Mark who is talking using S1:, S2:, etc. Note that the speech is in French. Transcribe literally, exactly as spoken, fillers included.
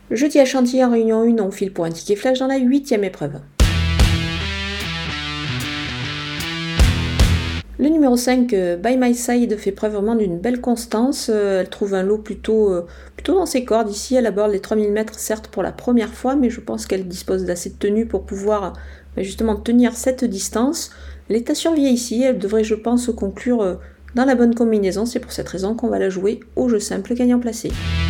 S1: Jeudi à Chantilly en Réunion un, on file pour un ticket flash dans la huitième épreuve. Le numéro cinq, euh, By My Side, fait preuve vraiment d'une belle constance. Euh, elle trouve un lot plutôt, euh, plutôt dans ses cordes. Ici, elle aborde les trois mille mètres, certes pour la première fois, mais je pense qu'elle dispose d'assez de tenue pour pouvoir bah, justement tenir cette distance. Elle est à surveiller ici. Elle devrait, je pense, conclure euh, dans la bonne combinaison. C'est pour cette raison qu'on va la jouer au jeu simple gagnant placé.